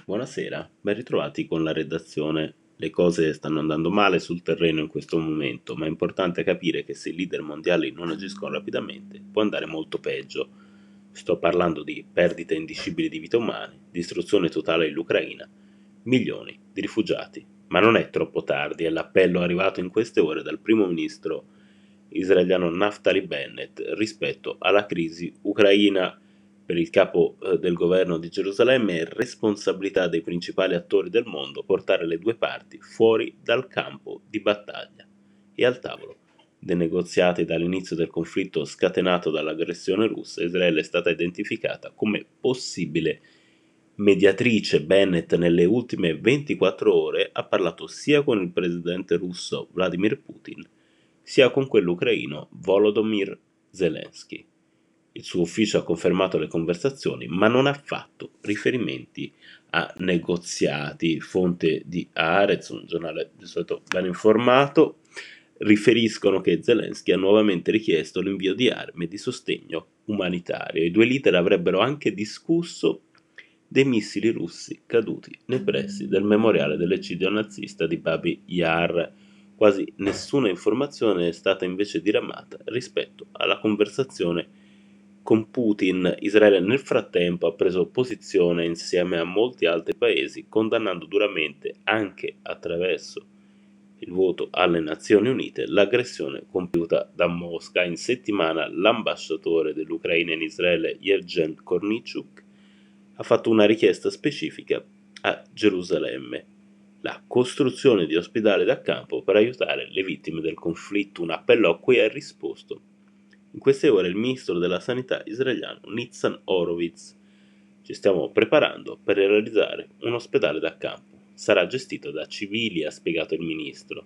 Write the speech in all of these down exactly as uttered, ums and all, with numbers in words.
Buonasera, ben ritrovati con la redazione. Le cose stanno andando male sul terreno in questo momento, ma è importante capire che se i leader mondiali non agiscono rapidamente, può andare molto peggio. Sto parlando di perdite indicibili di vite umane, distruzione totale dell'Ucraina, milioni di rifugiati. Ma non è troppo tardi, è l'appello arrivato in queste ore dal primo ministro israeliano Naftali Bennett rispetto alla crisi ucraina. Per il capo eh, del governo di Gerusalemme è responsabilità dei principali attori del mondo portare le due parti fuori dal campo di battaglia e al tavolo dei negoziati. Dall'inizio del conflitto scatenato dall'aggressione russa, Israele è stata identificata come possibile mediatrice. Bennett nelle ultime ventiquattro ore ha parlato sia con il presidente russo Vladimir Putin sia con quello ucraino Volodymyr Zelensky. Il suo ufficio ha confermato le conversazioni, ma non ha fatto riferimenti a negoziati. Fonte di Haaretz, un giornale di solito ben informato, riferiscono che Zelensky ha nuovamente richiesto l'invio di armi e di sostegno umanitario. I due leader avrebbero anche discusso dei missili russi caduti nei pressi del memoriale dell'eccidio nazista di Babi Yar. Quasi nessuna informazione è stata invece diramata rispetto alla conversazione con Putin. Israele nel frattempo ha preso posizione insieme a molti altri paesi, condannando duramente, anche attraverso il voto alle Nazioni Unite, l'aggressione compiuta da Mosca. In settimana l'ambasciatore dell'Ucraina in Israele, Yevgen Kornichuk, ha fatto una richiesta specifica a Gerusalemme: la costruzione di ospedali da campo per aiutare le vittime del conflitto, un appello a cui ha risposto in queste ore il ministro della sanità israeliano Nitzan Horowitz. Ci stiamo preparando per realizzare un ospedale da campo. Sarà gestito da civili, ha spiegato il ministro.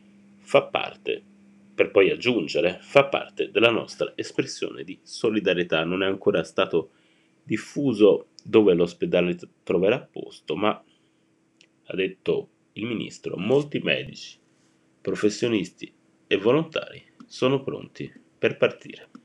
Fa parte, per poi aggiungere, fa parte della nostra espressione di solidarietà. Non è ancora stato diffuso dove l'ospedale troverà posto, ma, ha detto il ministro, molti medici, professionisti e volontari sono pronti per partire.